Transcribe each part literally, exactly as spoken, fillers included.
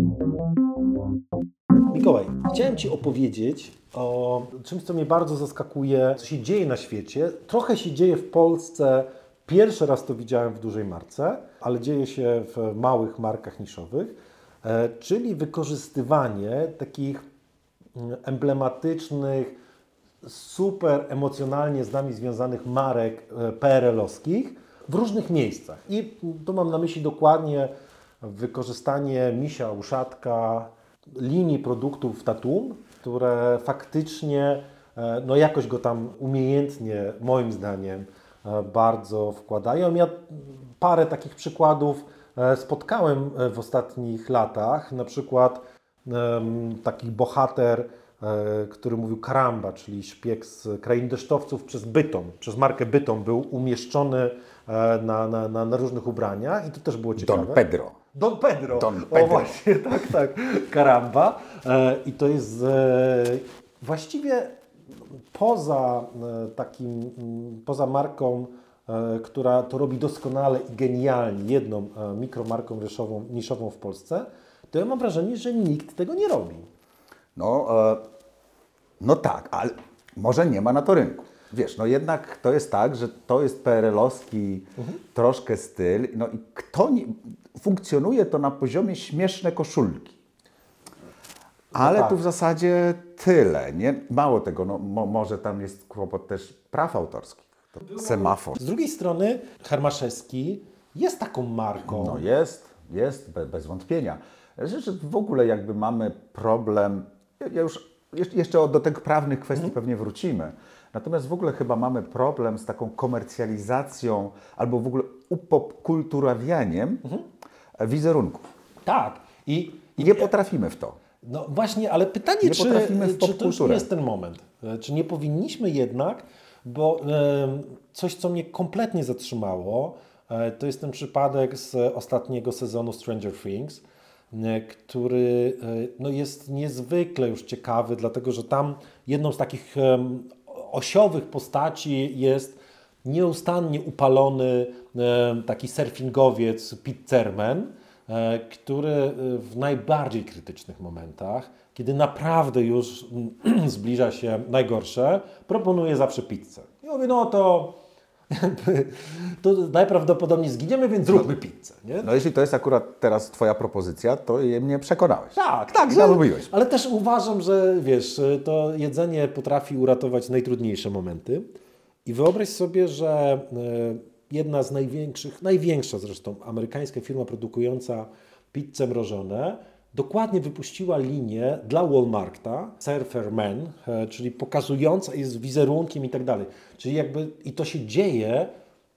Mikołaj, chciałem Ci opowiedzieć o czymś, co mnie bardzo zaskakuje, co się dzieje na świecie. Trochę się dzieje w Polsce. Pierwszy raz to widziałem w dużej marce, ale dzieje się w małych markach niszowych, e, czyli wykorzystywanie takich mm, emblematycznych, super emocjonalnie z nami związanych marek e, P R L-owskich w różnych miejscach. I tu mam na myśli dokładnie wykorzystanie misia, uszatka, linii produktów Tatum, które faktycznie e, no jakoś go tam umiejętnie, moim zdaniem, e, bardzo wkładają. Ja parę takich przykładów e, spotkałem e, w ostatnich latach, na przykład em, taki bohater, e, który mówił Karamba, czyli szpieg z krain deszczowców przez Bytom, przez markę Bytom był umieszczony e, na, na, na, na różnych ubraniach i to też było ciekawe. Don Pedro. Don Pedro. Don Pedro. O właśnie, tak, tak. Karamba. E, I to jest e, właściwie poza e, takim, m, poza marką, e, która to robi doskonale i genialnie, jedną e, mikromarką niszową, niszową w Polsce, to ja mam wrażenie, że nikt tego nie robi. No, e, no tak, ale może nie ma na to rynku. Wiesz, no jednak to jest tak, że to jest P R L-owski mhm. troszkę styl, no i kto nie, funkcjonuje to na poziomie śmieszne koszulki. Ale no tak. Tu w zasadzie tyle, nie? Mało tego, no mo, może tam jest kłopot też praw autorskich. To semafor. Z drugiej strony Hermaszewski jest taką marką. No jest, jest, be, bez wątpienia. Że w ogóle jakby mamy problem, ja już jeszcze do tych prawnych kwestii mhm. pewnie wrócimy. Natomiast w ogóle chyba mamy problem z taką komercjalizacją albo w ogóle upopkulturawianiem mhm. wizerunków. Tak. I, I nie potrafimy w to. No właśnie, ale pytanie, nie czy, czy to już nie jest ten moment? Czy nie powinniśmy jednak, bo e, coś, co mnie kompletnie zatrzymało, e, to jest ten przypadek z ostatniego sezonu Stranger Things, e, który e, no jest niezwykle już ciekawy, dlatego że tam jedną z takich e, osiowych postaci jest nieustannie upalony e, taki surfingowiec Pizzerman, e, który w najbardziej krytycznych momentach, kiedy naprawdę już zbliża się najgorsze, proponuje zawsze pizzę. I mówię, no to, to najprawdopodobniej zginiemy, więc zróbmy pizzę. Nie? No jeśli to jest akurat teraz Twoja propozycja, to mnie przekonałeś. Tak, tak. Że, ale też uważam, że wiesz, to jedzenie potrafi uratować najtrudniejsze momenty. I wyobraź sobie, że jedna z największych, największa zresztą amerykańska firma produkująca pizze mrożone dokładnie wypuściła linię dla Walmarta, Surfer Man, czyli pokazująca jest wizerunkiem i tak dalej. Czyli jakby i to się dzieje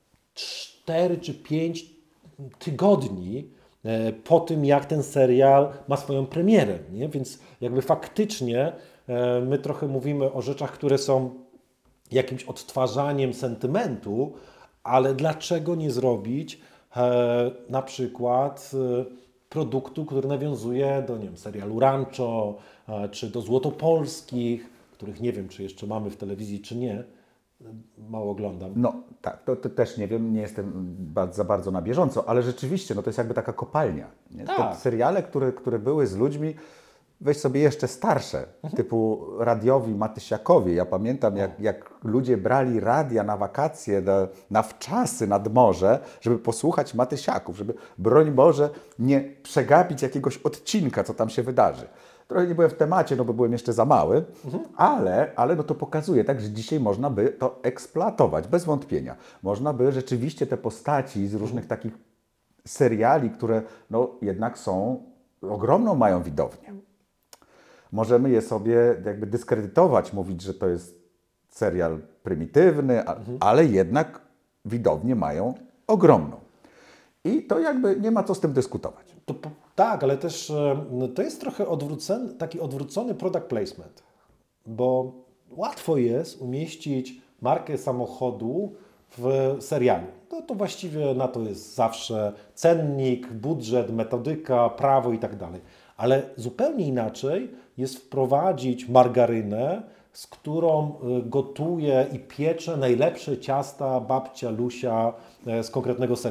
cztery czy pięć tygodni po tym, jak ten serial ma swoją premierę, nie? Więc jakby faktycznie my trochę mówimy o rzeczach, które są jakimś odtwarzaniem sentymentu, ale dlaczego nie zrobić e, na przykład e, produktu, który nawiązuje do, nie wiem, serialu Rancho, e, czy do Złotopolskich, których nie wiem, czy jeszcze mamy w telewizji, czy nie. Mało oglądam. No tak, to, to też nie wiem, nie jestem bardzo, za bardzo na bieżąco, ale rzeczywiście, no to jest jakby taka kopalnia. Nie? Tak. Te seriale, które, które były z ludźmi, weź sobie jeszcze starsze, mhm. typu radiowi Matysiakowie. Ja pamiętam, jak, jak ludzie brali radia na wakacje, na, na wczasy nad morze, żeby posłuchać Matysiaków, żeby, broń Boże, nie przegapić jakiegoś odcinka, co tam się wydarzy. Trochę nie byłem w temacie, no bo byłem jeszcze za mały, mhm. ale, ale no to pokazuje tak, że dzisiaj można by to eksploatować, bez wątpienia. Można by rzeczywiście te postaci z różnych mhm. takich seriali, które no jednak są, ogromną mają widownię. Możemy je sobie jakby dyskredytować, mówić, że to jest serial prymitywny, a, mhm. ale jednak widownię mają ogromną. I to jakby nie ma co z tym dyskutować. To, tak, ale też no, to jest trochę odwrócony, taki odwrócony product placement, bo łatwo jest umieścić markę samochodu w serialu. No to właściwie na to jest zawsze cennik, budżet, metodyka, prawo i tak dalej. Ale zupełnie inaczej jest wprowadzić margarynę, z którą gotuje i piecze najlepsze ciasta babcia Lusia z konkretnego serialu.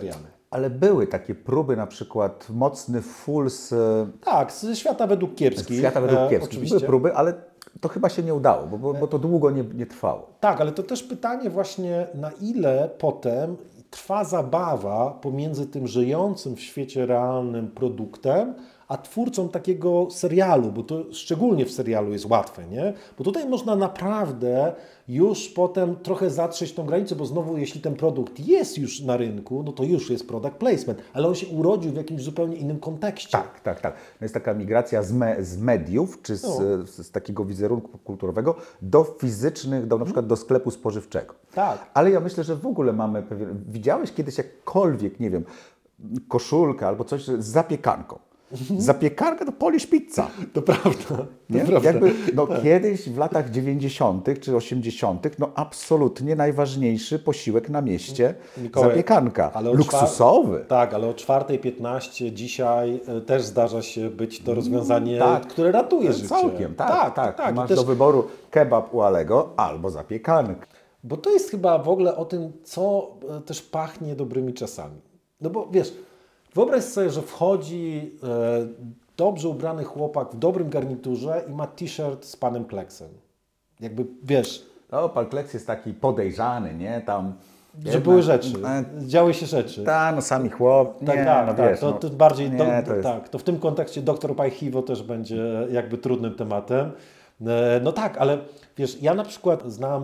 Ale były takie próby, na przykład mocny full z Tak, ze świata według z kiepskich. świata według e, kiepskich. Oczywiście. Były próby, ale to chyba się nie udało, bo, bo, bo to długo nie, nie trwało. Tak, ale to też pytanie właśnie, na ile potem trwa zabawa pomiędzy tym żyjącym w świecie realnym produktem, a twórcą takiego serialu, bo to szczególnie w serialu jest łatwe, nie? Bo tutaj można naprawdę już potem trochę zatrzeć tą granicę, bo znowu jeśli ten produkt jest już na rynku, no to już jest product placement, ale on się urodził w jakimś zupełnie innym kontekście. Tak, tak, tak. No jest taka migracja z, me, z mediów, czy z, No. z, z takiego wizerunku kulturowego do fizycznych, do, na przykład do sklepu spożywczego. Tak. Ale ja myślę, że w ogóle mamy pewien... Widziałeś kiedyś jakkolwiek, nie wiem, koszulkę albo coś z zapiekanką? Zapiekanka to Polish pizza. To prawda, to Nie? prawda. Jakby, no, kiedyś w latach dziewięćdziesiątych czy osiemdziesiątych no absolutnie najważniejszy posiłek na mieście Mikołaj, zapiekanka. ale o Luksusowy. czwar- Tak, ale o czwartej piętnaście dzisiaj e, też zdarza się być to rozwiązanie, tak. które ratuje życie. Całkiem, tak, tak. tak. I Masz też, do wyboru kebab u Alego albo zapiekankę. bo to jest chyba w ogóle o tym, co e, też pachnie dobrymi czasami. No bo wiesz, wyobraź sobie, że wchodzi e, dobrze ubrany chłopak w dobrym garniturze i ma t-shirt z panem Kleksem. Jakby, wiesz, No, pan Kleks jest taki podejrzany, nie? Tam... że były rzeczy, E, działy się rzeczy. Ta, no sami chłop. Tak, nie, tak, no, tak. wiesz, To, no, to bardziej, nie, do, to jest... tak, to w tym kontekście doktor Pajchiwo też będzie jakby trudnym tematem. E, No tak, ale wiesz, ja na przykład znam e,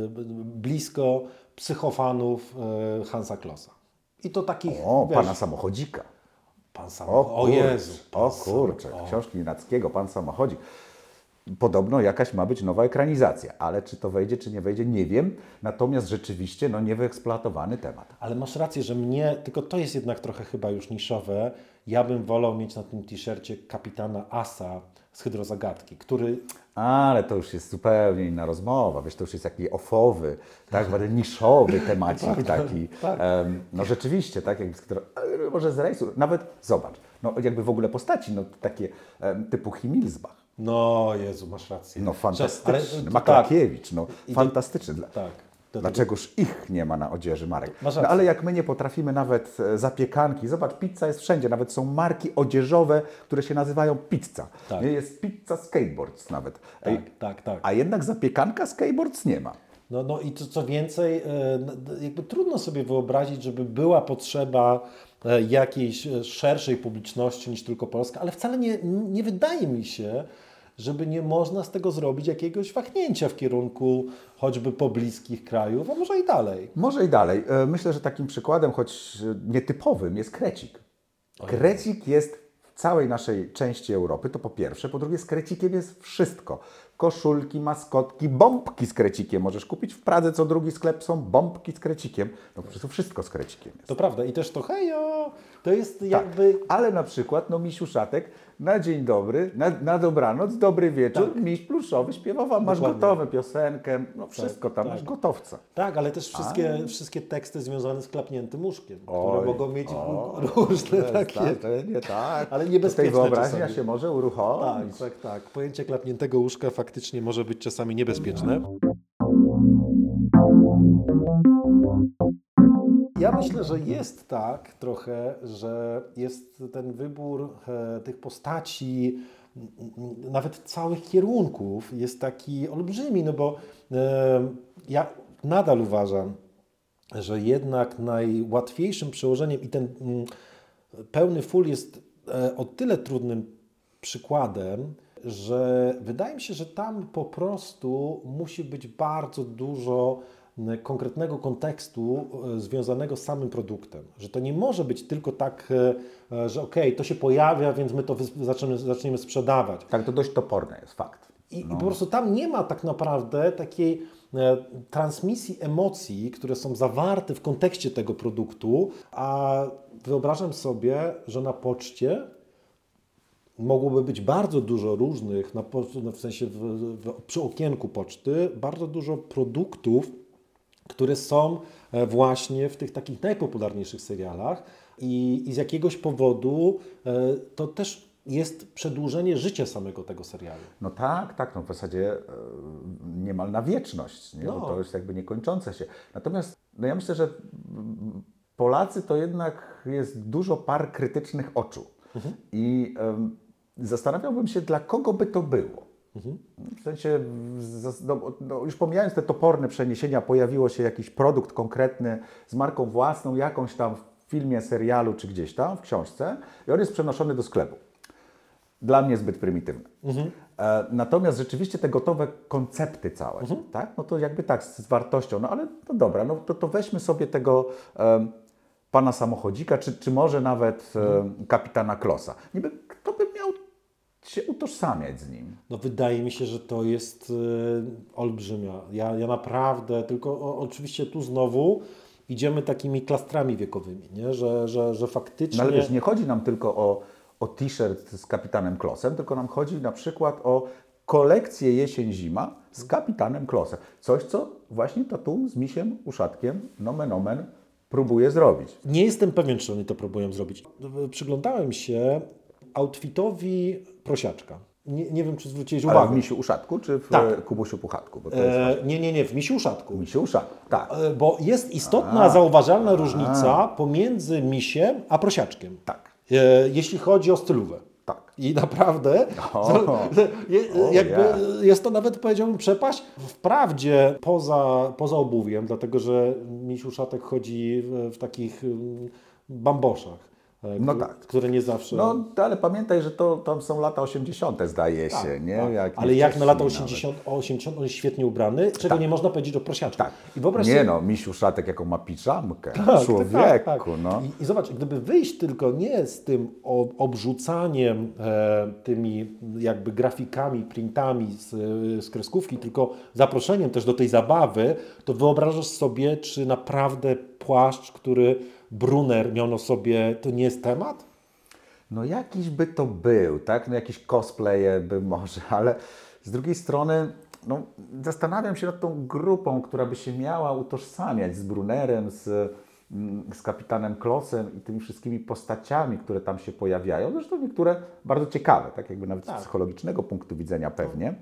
blisko psychofanów e, Hansa Klossa. I to takich, O, wiesz, pana samochodzika. pan sam, O, o kurcz, Jezu. Pan o sam- kurczę, o. książki Nackiego, Pan Samochodzik. Podobno jakaś ma być nowa ekranizacja, ale czy to wejdzie, czy nie wejdzie, nie wiem. Natomiast rzeczywiście no, niewyeksploatowany temat. Ale masz rację, że mnie, tylko to jest jednak trochę chyba już niszowe. Ja bym wolał mieć na tym t-shircie kapitana Asa z Hydrozagadki, który Ale to już jest zupełnie inna rozmowa, wiesz, to już jest taki ofowy, tak, bardzo niszowy temacik taki. tak. Em, no rzeczywiście, tak, jakby, e, może z rejsu, nawet zobacz, no jakby w ogóle postaci, no takie em, typu Himmelsbach, No Jezu, masz rację. no Że- fantastyczny, ale- tak. Maklakiewicz, no I to- fantastyczny. Dla, Tak. Do tego- Dlaczegoż ich nie ma na odzieży marek? Masz No rację. ale jak my nie potrafimy nawet e, zapiekanki, zobacz, pizza jest wszędzie, nawet są marki odzieżowe, które się nazywają pizza. Tak. Nie, jest pizza skateboards nawet. Ej, Tak, tak, tak. A jednak zapiekanka skateboards nie ma. No, no i to, co więcej, e, no, jakby trudno sobie wyobrazić, żeby była potrzeba e, jakiejś e, szerszej publiczności niż tylko Polska, ale wcale nie, nie wydaje mi się, żeby nie można z tego zrobić jakiegoś wahnięcia w kierunku choćby pobliskich krajów, a może i dalej. Może i dalej. E, Myślę, że takim przykładem, choć e, nietypowym, jest krecik. Krecik jest w całej naszej części Europy, to po pierwsze. Po drugie, z krecikiem jest wszystko. Koszulki, maskotki, bombki z krecikiem możesz kupić. W Pradze co drugi sklep są bombki z krecikiem. No po prostu wszystko z krecikiem jest. To prawda. I też to hejo, to jest jakby... Ale na przykład, no misiu szatek, na dzień dobry, na, na dobranoc, dobry wieczór, miś pluszowy śpiewa wam, masz Dokładnie. gotowe piosenkę, no wszystko tam, tak. masz gotowca. Tak, ale też wszystkie, wszystkie teksty związane z klapniętym łóżkiem, Oj, które mogą mieć o, różne to jest takie... tak, to nie tak. Ale niebezpieczne Tutaj wyobraźnia czasami. się może Tak, uruchomić. tak, tak. Pojęcie klapniętego łóżka faktycznie może być czasami niebezpieczne. Ja myślę, że jest tak trochę, że jest ten wybór e, tych postaci, m, m, nawet całych kierunków jest taki olbrzymi, no bo e, ja nadal uważam, że jednak najłatwiejszym przełożeniem i ten mm, pełny full jest e, o tyle trudnym przykładem, że wydaje mi się, że tam po prostu musi być bardzo dużo m, konkretnego kontekstu e, związanego z samym produktem. Że to nie może być tylko tak, e, e, że okej, to się pojawia, więc my to wys- zaczniemy, zaczniemy sprzedawać. Tak, to dość toporne jest, fakt. I, I po prostu tam nie ma tak naprawdę takiej e, transmisji emocji, które są zawarte w kontekście tego produktu, a wyobrażam sobie, że na poczcie mogłoby być bardzo dużo różnych, na, po- no w sensie w, w, przy okienku poczty, bardzo dużo produktów, które są e, właśnie w tych takich najpopularniejszych serialach i, i z jakiegoś powodu e, to też jest przedłużenie życia samego tego serialu. No tak, tak, no w zasadzie e, niemal na wieczność, nie? No. Bo to jest jakby niekończące się. Natomiast no ja myślę, że mm, Polacy to jednak jest dużo par krytycznych oczu. Mhm. I um, zastanawiałbym się, dla kogo by to było. Mhm. W sensie, no, no, już pomijając te toporne przeniesienia, pojawiło się jakiś produkt konkretny z marką własną, jakąś tam w filmie, serialu czy gdzieś tam, w książce i on jest przenoszony do sklepu. Dla mnie zbyt prymitywne. Mhm. E, natomiast rzeczywiście te gotowe koncepty całe, mhm. tak? No to jakby tak, z, z wartością, no ale no dobra, no to, to weźmy sobie tego e, pana samochodzika, czy, czy może nawet mhm. e, kapitana Klossa. Niby kto by miał się utożsamiać z nim? No wydaje mi się, że to jest e, olbrzymia. Ja, ja naprawdę, tylko o, oczywiście tu znowu idziemy takimi klastrami wiekowymi, nie? Że, że, że faktycznie... No ale wiesz, nie chodzi nam tylko o o t-shirt z kapitanem Klossem, tylko nam chodzi na przykład o kolekcję jesień-zima z kapitanem Klossem. Coś, co właśnie Tatum z misiem uszatkiem, nomen omen, próbuje zrobić. Nie jestem pewien, czy oni to próbują zrobić. Przyglądałem się outfitowi prosiaczka. Nie, nie wiem, czy zwróciłeś uwagę. Ale w misiu uszatku, czy w tak. Kubusiu puchatku? Bo to jest e, nie, nie, nie, w misiu uszatku. W misiu uszatku, tak. E, bo jest istotna, a, zauważalna a, różnica a. pomiędzy misiem a prosiaczkiem. Tak. Jeśli chodzi o stylówę. Tak. I naprawdę o, je, o, jakby yeah. jest to nawet, powiedziałbym, przepaść. Wprawdzie poza, poza obuwiem, dlatego że misiu szatek chodzi w, w takich bamboszach. No które, tak. które nie zawsze... No, ale pamiętaj, że to tam są lata osiemdziesiąte zdaje się, tak, nie? Tak. Jak ale jak na lata osiemdziesiąte, osiemdziesiąte on jest świetnie ubrany, czego tak. nie można powiedzieć o prosiaczku. Tak. I wyobraź nie sobie... no, misiu szatek, jaką ma piżamkę, tak, człowieku, tak, tak. no. I, I zobacz, gdyby wyjść tylko nie z tym obrzucaniem e, tymi jakby grafikami, printami z, z kreskówki, tylko zaproszeniem też do tej zabawy, to wyobrażasz sobie, czy naprawdę płaszcz, który Brunner miał na sobie, to nie jest temat? No jakiś by to był, tak? No jakiś cosplaye by może, ale z drugiej strony no, zastanawiam się nad tą grupą, która by się miała utożsamiać z Brunnerem, z, z kapitanem Klossem i tymi wszystkimi postaciami, które tam się pojawiają. Zresztą niektóre bardzo ciekawe, tak jakby nawet tak. z psychologicznego punktu widzenia pewnie.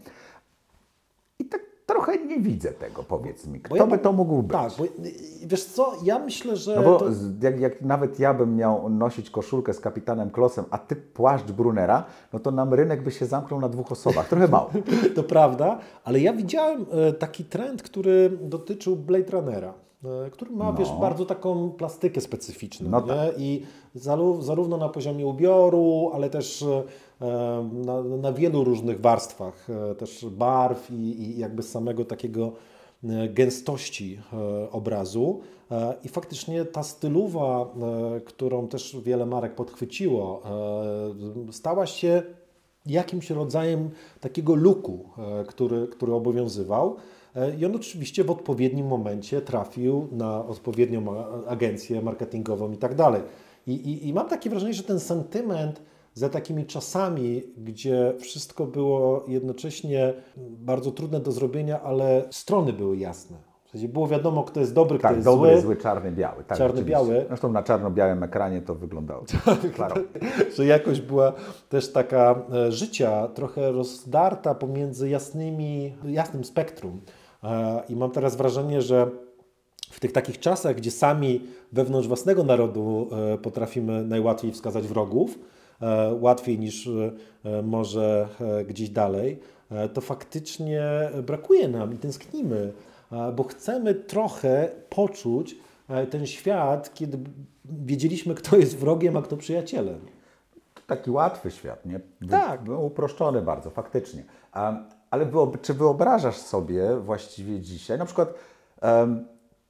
I tak trochę nie widzę tego, powiedz mi. Kto ja by to mógł być? Tak, bo wiesz co, ja myślę, że... No bo to... jak, jak nawet ja bym miał nosić koszulkę z kapitanem Klossem, a ty płaszcz Brunnera, no to nam rynek by się zamknął na dwóch osobach. Trochę mało. To prawda, ale ja widziałem taki trend, który dotyczył Blade Runnera, który ma, no. wiesz, bardzo taką plastykę specyficzną, no nie? Tak. I zarówno na poziomie ubioru, ale też na, na wielu różnych warstwach, też barw i, i jakby samego takiego gęstości obrazu. I faktycznie ta stylowa, którą też wiele marek podchwyciło, stała się jakimś rodzajem takiego looku, który, który obowiązywał. I on oczywiście w odpowiednim momencie trafił na odpowiednią agencję marketingową i tak dalej. I, i, I mam takie wrażenie, że ten sentyment za takimi czasami, gdzie wszystko było jednocześnie bardzo trudne do zrobienia, ale strony były jasne. W sensie było wiadomo, kto jest dobry, tak, kto jest dobry, zły. zły, czarny, biały. Tak, czarny, biały. Zresztą na czarno-białym ekranie to wyglądało klarownie. Że jakoś była też taka e, życia trochę rozdarta pomiędzy jasnymi, jasnym spektrum. E, I mam teraz wrażenie, że w tych takich czasach, gdzie sami wewnątrz własnego narodu e, potrafimy najłatwiej wskazać wrogów, e, łatwiej niż e, może e, gdzieś dalej, e, to faktycznie brakuje nam i tęsknimy, e, bo chcemy trochę poczuć e, ten świat, kiedy wiedzieliśmy, kto jest wrogiem, a kto przyjacielem. Taki łatwy świat, nie? Tak. Był uproszczony bardzo, faktycznie. Um, ale wyob- czy wyobrażasz sobie właściwie dzisiaj, na przykład um,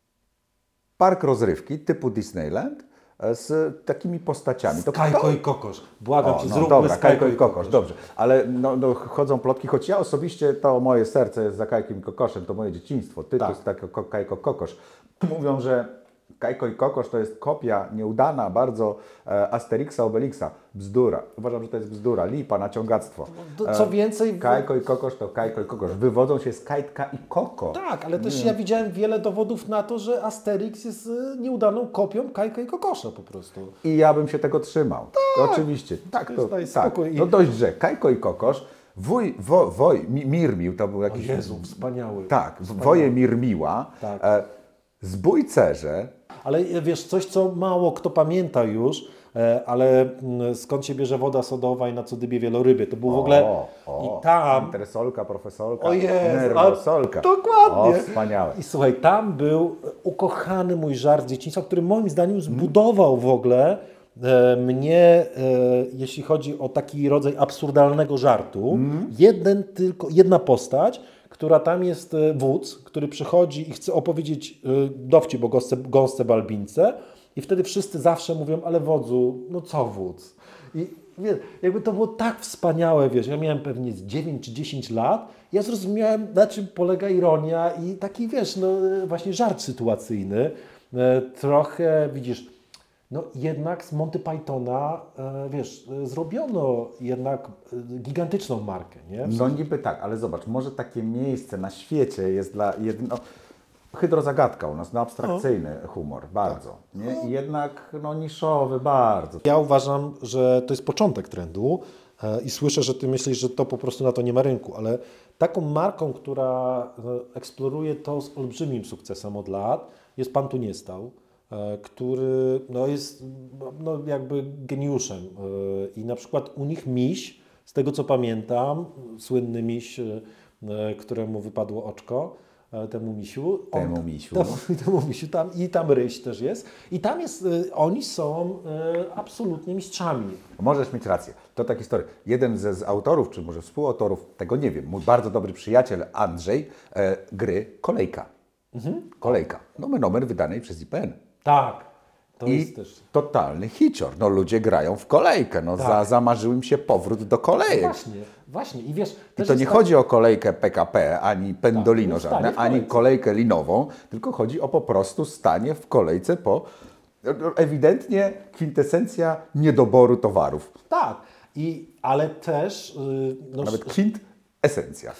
park rozrywki typu Disneyland z takimi postaciami? To Kajko kto... i Kokosz. Błagam o, Cię, no, zróbmy dobra, z Kajko i Kokosz. Kokosz. Dobrze, ale no, no, chodzą plotki, choć ja osobiście, to moje serce jest za Kajkiem i Kokoszem, to moje dzieciństwo, tytuł tak. jest taki Kajko Kokosz. Mówią, że Kajko i Kokosz to jest kopia nieudana bardzo e, Asterixa, Obelixa. Bzdura. Uważam, że to jest bzdura. Lipa, naciągactwo. E, Co więcej... Kajko i Kokosz to Kajko i Kokosz. Wywodzą się z Kajtka i Koko. Tak, ale też ja widziałem wiele dowodów na to, że Asterix jest nieudaną kopią Kajka i Kokosza po prostu. I ja bym się tego trzymał. Tak. Oczywiście. Tak, to, to tak. No dość, że Kajko i Kokosz, wuj, wo, woj, mi, Mirmił, to był jakiś... O Jezu, wspaniały. Tak, wspaniały. woje Mirmiła. Tak. E, zbójcerze. Ale wiesz, coś, co mało kto pamięta już, e, ale mm, skąd się bierze woda sodowa i na co dybie wieloryby. To był w ogóle... O, o, I tam... Interesolka, profesolka, O Jezu, nerwosolka. a- dokładnie. O, wspaniałe. I słuchaj, tam był ukochany mój żart z dzieciństwa, który moim zdaniem zbudował w ogóle e, mnie, e, jeśli chodzi o taki rodzaj absurdalnego żartu. Jeden tylko, jedna postać, która tam jest e, wódz, który przychodzi i chce opowiedzieć e, dowcip o gąsce, gąsce balbince i wtedy wszyscy zawsze mówią, ale wodzu, no co wódz? I wiesz, jakby to było tak wspaniałe, wiesz, ja miałem pewnie z dziewięć czy dziesięć lat, ja zrozumiałem, na czym polega ironia i taki, wiesz, no właśnie żart sytuacyjny. E, Trochę, widzisz, no jednak z Monty Pythona, e, wiesz, e, zrobiono jednak e, gigantyczną markę, nie? No niby tak, ale zobacz, może takie miejsce na świecie jest dla jedno... Hydrozagadka u nas, no abstrakcyjny humor, bardzo. Nie? I jednak no, niszowy, bardzo. Ja uważam, że to jest początek trendu e, i słyszę, że ty myślisz, że to po prostu na to nie ma rynku, ale taką marką, która e, eksploruje to z olbrzymim sukcesem od lat, jest Pan Tu Nie Stał, e, który no, jest no, jakby geniuszem. E, I na przykład u nich miś, z tego co pamiętam, słynny miś, e, któremu wypadło oczko, e, temu misiu. on- Temu misiu. Temu, temu misiu tam, i tam ryś też jest. I tam jest, e, oni są e, absolutnie mistrzami. Możesz mieć rację. To ta historia. Jeden ze z autorów, czy może współautorów, tego nie wiem, mój bardzo dobry przyjaciel Andrzej, e, gry Kolejka. Kolejka. Nomen omen wydanej przez I P N. Tak, to I jest też. totalny hicior. No ludzie grają w kolejkę. No Tak. za, zamarzył im się powrót do kolejek. Właśnie, właśnie. I wiesz, I też to jest nie tak- chodzi o kolejkę P K P, ani pendolino Tak, stanie żadne, w ani kolejce. kolejkę linową, tylko chodzi o po prostu stanie w kolejce po ewidentnie kwintesencja niedoboru towarów. Tak, i, ale też y, no, Nawet kwint esencja.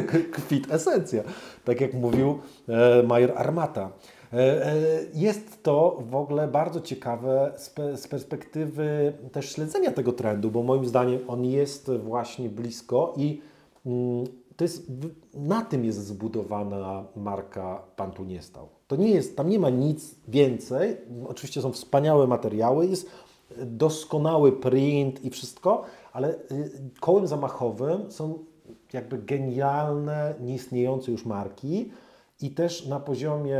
kwit esencja, tak jak mówił e, major Armata. E, e, jest to w ogóle bardzo ciekawe z, pe, z perspektywy też śledzenia tego trendu, bo moim zdaniem on jest właśnie blisko i mm, to jest, w- na tym jest zbudowana marka Pan Tu Nie Stał. To nie jest, tam nie ma nic więcej, oczywiście są wspaniałe materiały, jest doskonały print i wszystko, ale y, kołem zamachowym są jakby genialne, nieistniejące już marki i też na poziomie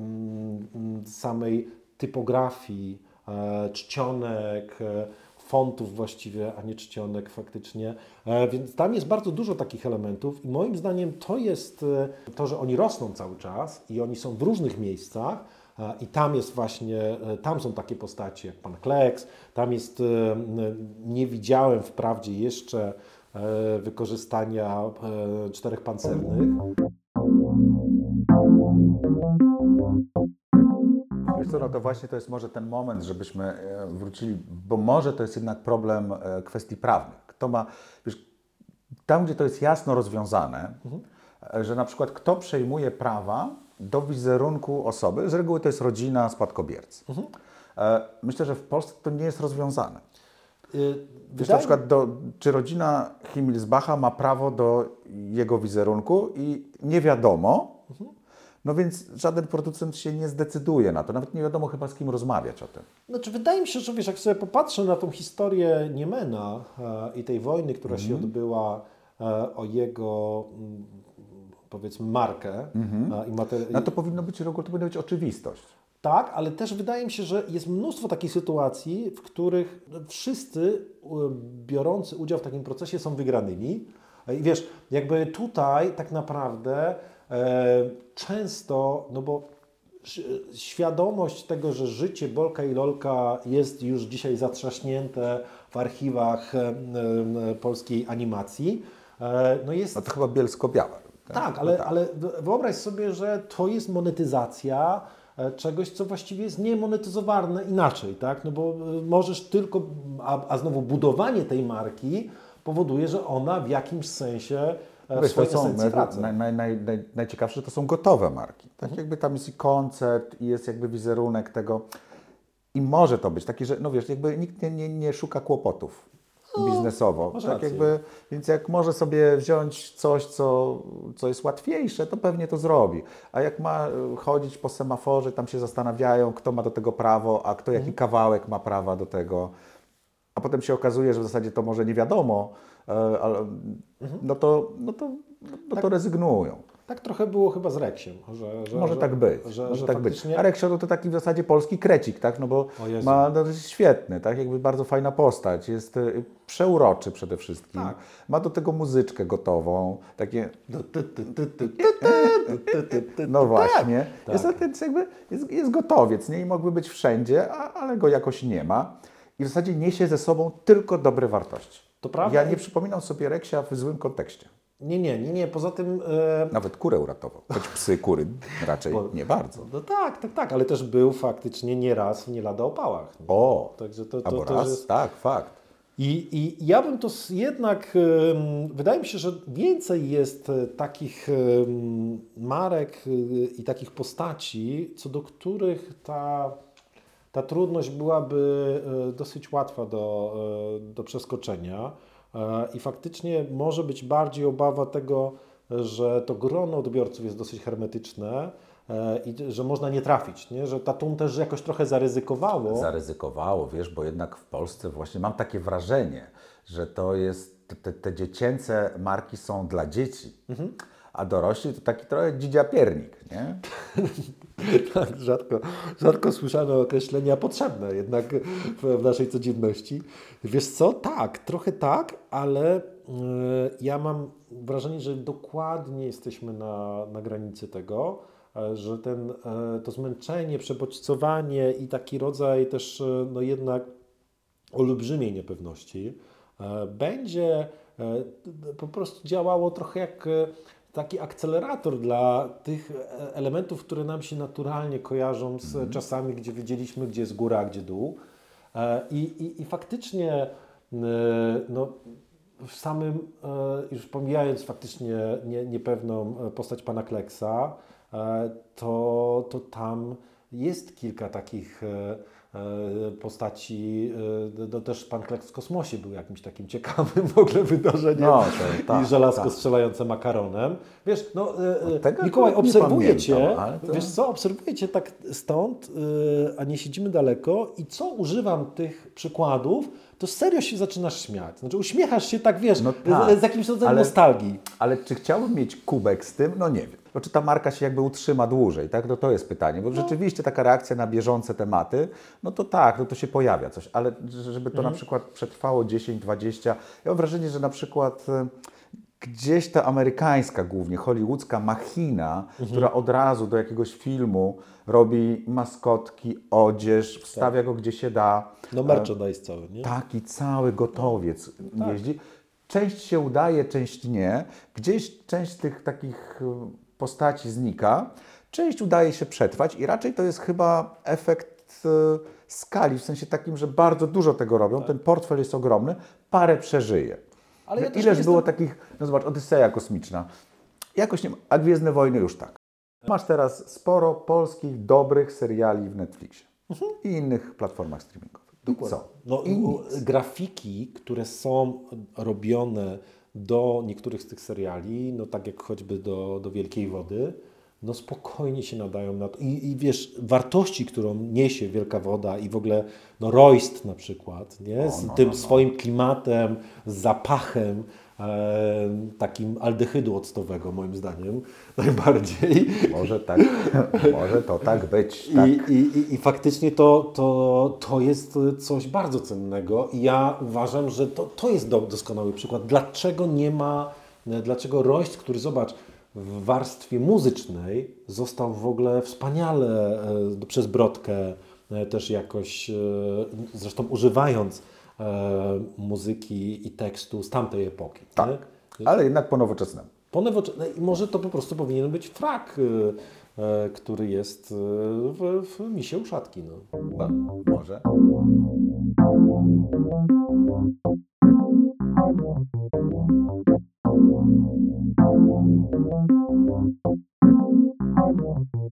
mm, mm, samej typografii, e, czcionek, e, fontów właściwie, a nie czcionek faktycznie. E, więc tam jest bardzo dużo takich elementów i moim zdaniem to jest e, to, że oni rosną cały czas i oni są w różnych miejscach, e, i tam jest właśnie, e, tam są takie postacie jak Pan Kleks, tam jest, e, n- nie widziałem wprawdzie jeszcze e, wykorzystania e, czterech pancernych. Wiesz co, no to właśnie to jest może ten moment, żebyśmy e, wrócili, bo może to jest jednak problem e, kwestii prawnych. Kto ma, wiesz, tam gdzie to jest jasno rozwiązane, e, że na przykład kto przejmuje prawa do wizerunku osoby, z reguły to jest rodzina spadkobiercy. E, Myślę, że w Polsce to nie jest rozwiązane. Y, Wiesz, wydaje- na przykład, do, czy rodzina Himmelsbacha ma prawo do jego wizerunku i nie wiadomo, no więc żaden producent się nie zdecyduje na to. Nawet nie wiadomo chyba z kim rozmawiać o tym. Znaczy, wydaje mi się, że wiesz, jak sobie popatrzę na tą historię Niemena e, i tej wojny, która się odbyła e, o jego, mm, powiedzmy, markę e, i materi- No to powinno być, to powinna być oczywistość. Tak, ale też wydaje mi się, że jest mnóstwo takich sytuacji, w których wszyscy e, biorący udział w takim procesie są wygranymi. E, I wiesz, jakby tutaj tak naprawdę e, często, no bo ś- świadomość tego, że życie Bolka i Lolka jest już dzisiaj zatrzaśnięte w archiwach e, e, polskiej animacji, e, no jest... No to chyba bielsko-białe. Tak, ale, ale wyobraź sobie, że to jest monetyzacja e, czegoś, co właściwie jest niemonetyzowane inaczej, tak? No bo e, możesz tylko, a, a znowu budowanie tej marki powoduje, że ona w jakimś sensie e, w Wiesz, to swojej są, esencji wraca. naj, naj, naj, naj, najciekawsze, że to są gotowe marki. Tak jakby tam jest i koncept, i jest jakby wizerunek tego. I może to być taki, że no wiesz, jakby nikt nie, nie, nie szuka kłopotów. biznesowo. masz Tak rację. jakby, więc jak może sobie wziąć coś, co, co jest łatwiejsze, to pewnie to zrobi. A jak ma y, chodzić po semaforze, tam się zastanawiają, kto ma do tego prawo, a kto jaki Mhm. kawałek ma prawa do tego. A potem się okazuje, że w zasadzie to może nie wiadomo, e, ale, Mhm. no, to, no, to, no to rezygnują. Tak trochę było chyba z Reksiem, że, że, Może że, tak być. że, może że tak faktycznie... być. A Reksio to taki w zasadzie polski krecik, tak? No bo O Jezu. ma, no, jest świetny, tak? Jakby bardzo fajna postać. Jest y, przeuroczy przede wszystkim. Tak. Ma do tego muzyczkę gotową. Takie, No no właśnie. tak. Jest, więc jakby, jest, jest gotowiec, nie? I mógłby być wszędzie, a, ale go jakoś nie ma. I w zasadzie niesie ze sobą tylko dobre wartości. To prawda. Ja nie przypominam sobie Reksia w złym kontekście. Nie, nie, nie, nie. Poza tym... E... Nawet kurę uratował. Choć psy, kury raczej Bo- nie bardzo. No tak, tak, tak, ale też był faktycznie nie raz w nie lada opałach. Nie? O, Także to, to, albo to raz, jest... tak, fakt. I, I ja bym to s- jednak, ym, wydaje mi się, że więcej jest e, takich ym, marek y, i takich postaci, co do których ta, ta trudność byłaby e, dosyć łatwa do, e, do przeskoczenia. E, I faktycznie może być bardziej obawa tego, że to grono odbiorców jest dosyć hermetyczne e, i że można nie trafić, nie? Że Tatum też jakoś trochę zaryzykowało. Zaryzykowało, wiesz, bo jednak w Polsce właśnie mam takie wrażenie, że to jest, te, te dziecięce marki są dla dzieci, a dorośli to taki trochę dzidziapiernik, nie? Tak, rzadko, rzadko słyszane określenia potrzebne jednak w, w naszej codzienności. Wiesz co? Tak, trochę tak, ale y, ja mam wrażenie, że dokładnie jesteśmy na, na granicy tego, e, że ten, e, to zmęczenie, przebodźcowanie i taki rodzaj też e, no jednak olbrzymiej niepewności e, będzie e, d- po prostu działało trochę jak e, taki akcelerator dla tych e, elementów, które nam się naturalnie kojarzą z czasami, gdzie wiedzieliśmy, gdzie jest góra, a gdzie dół. E, I, i, i faktycznie e, no, w samym, e, już pomijając faktycznie nie, niepewną e, postać pana Kleksa, e, to, to tam jest kilka takich e, e, postaci. e, No też pan Kleks w kosmosie był jakimś takim ciekawym w ogóle wydarzeniem No, to tak, i żelazko tak. strzelające makaronem. Wiesz, no e, tego Mikołaj, akurat nie obserwujecie, pamiętam, ale to- wiesz co, obserwujecie tak stąd, e, a nie siedzimy daleko i co używam tych przykładów, to serio się zaczynasz śmiać. Znaczy uśmiechasz się tak, wiesz, No tak, z, z jakimś rodzajem ale- nostalgii. Ale czy chciałbym mieć kubek z tym? No nie wiem. Bo czy ta marka się jakby utrzyma dłużej, tak? No to jest pytanie, bo rzeczywiście taka reakcja na bieżące tematy, no to tak, no to się pojawia coś, ale żeby to na przykład przetrwało dziesięć, dwadzieścia, ja mam wrażenie, że na przykład e, gdzieś ta amerykańska głównie, hollywoodzka machina, która od razu do jakiegoś filmu robi maskotki, odzież, wstawia go gdzie się da. No merchandise cały, nie? Taki cały gotowiec jeździ. Część się udaje, część nie. Gdzieś część tych takich y, postaci znika, część udaje się przetrwać i raczej to jest chyba efekt y, skali, w sensie takim, że bardzo dużo tego robią, ten portfel jest ogromny, parę przeżyje. Ale ja No też ileż nie było jestem- takich, no zobacz, Odyseja kosmiczna. Jakoś nie ma, a Gwiezdne Wojny już tak. Masz teraz sporo polskich, dobrych seriali w Netflixie i innych platformach streamingowych. I co? No, I u- nic. grafiki, które są robione do niektórych z tych seriali, no tak jak choćby do, do Wielkiej Wody, no spokojnie się nadają na to. I, I wiesz, wartości, którą niesie Wielka Woda i w ogóle no Royst na przykład, nie? Z no, tym no, no. swoim klimatem, z zapachem e, takim aldehydu octowego moim zdaniem najbardziej. Może tak, może to tak być. Tak. I, i, i, I faktycznie to, to, to jest coś bardzo cennego i ja uważam, że to, to jest do, doskonały przykład. Dlaczego nie ma, dlaczego Royst, który zobacz, w warstwie muzycznej został w ogóle wspaniale e, przez Brodkę e, też jakoś, e, zresztą używając e, muzyki i tekstu z tamtej epoki. Tak, Nie? ale jednak po nowoczesnemu. Ponewocze- no i może to po prostu powinien być frak, y, y, który jest y, w, w misie uszatki. No. Chyba, może.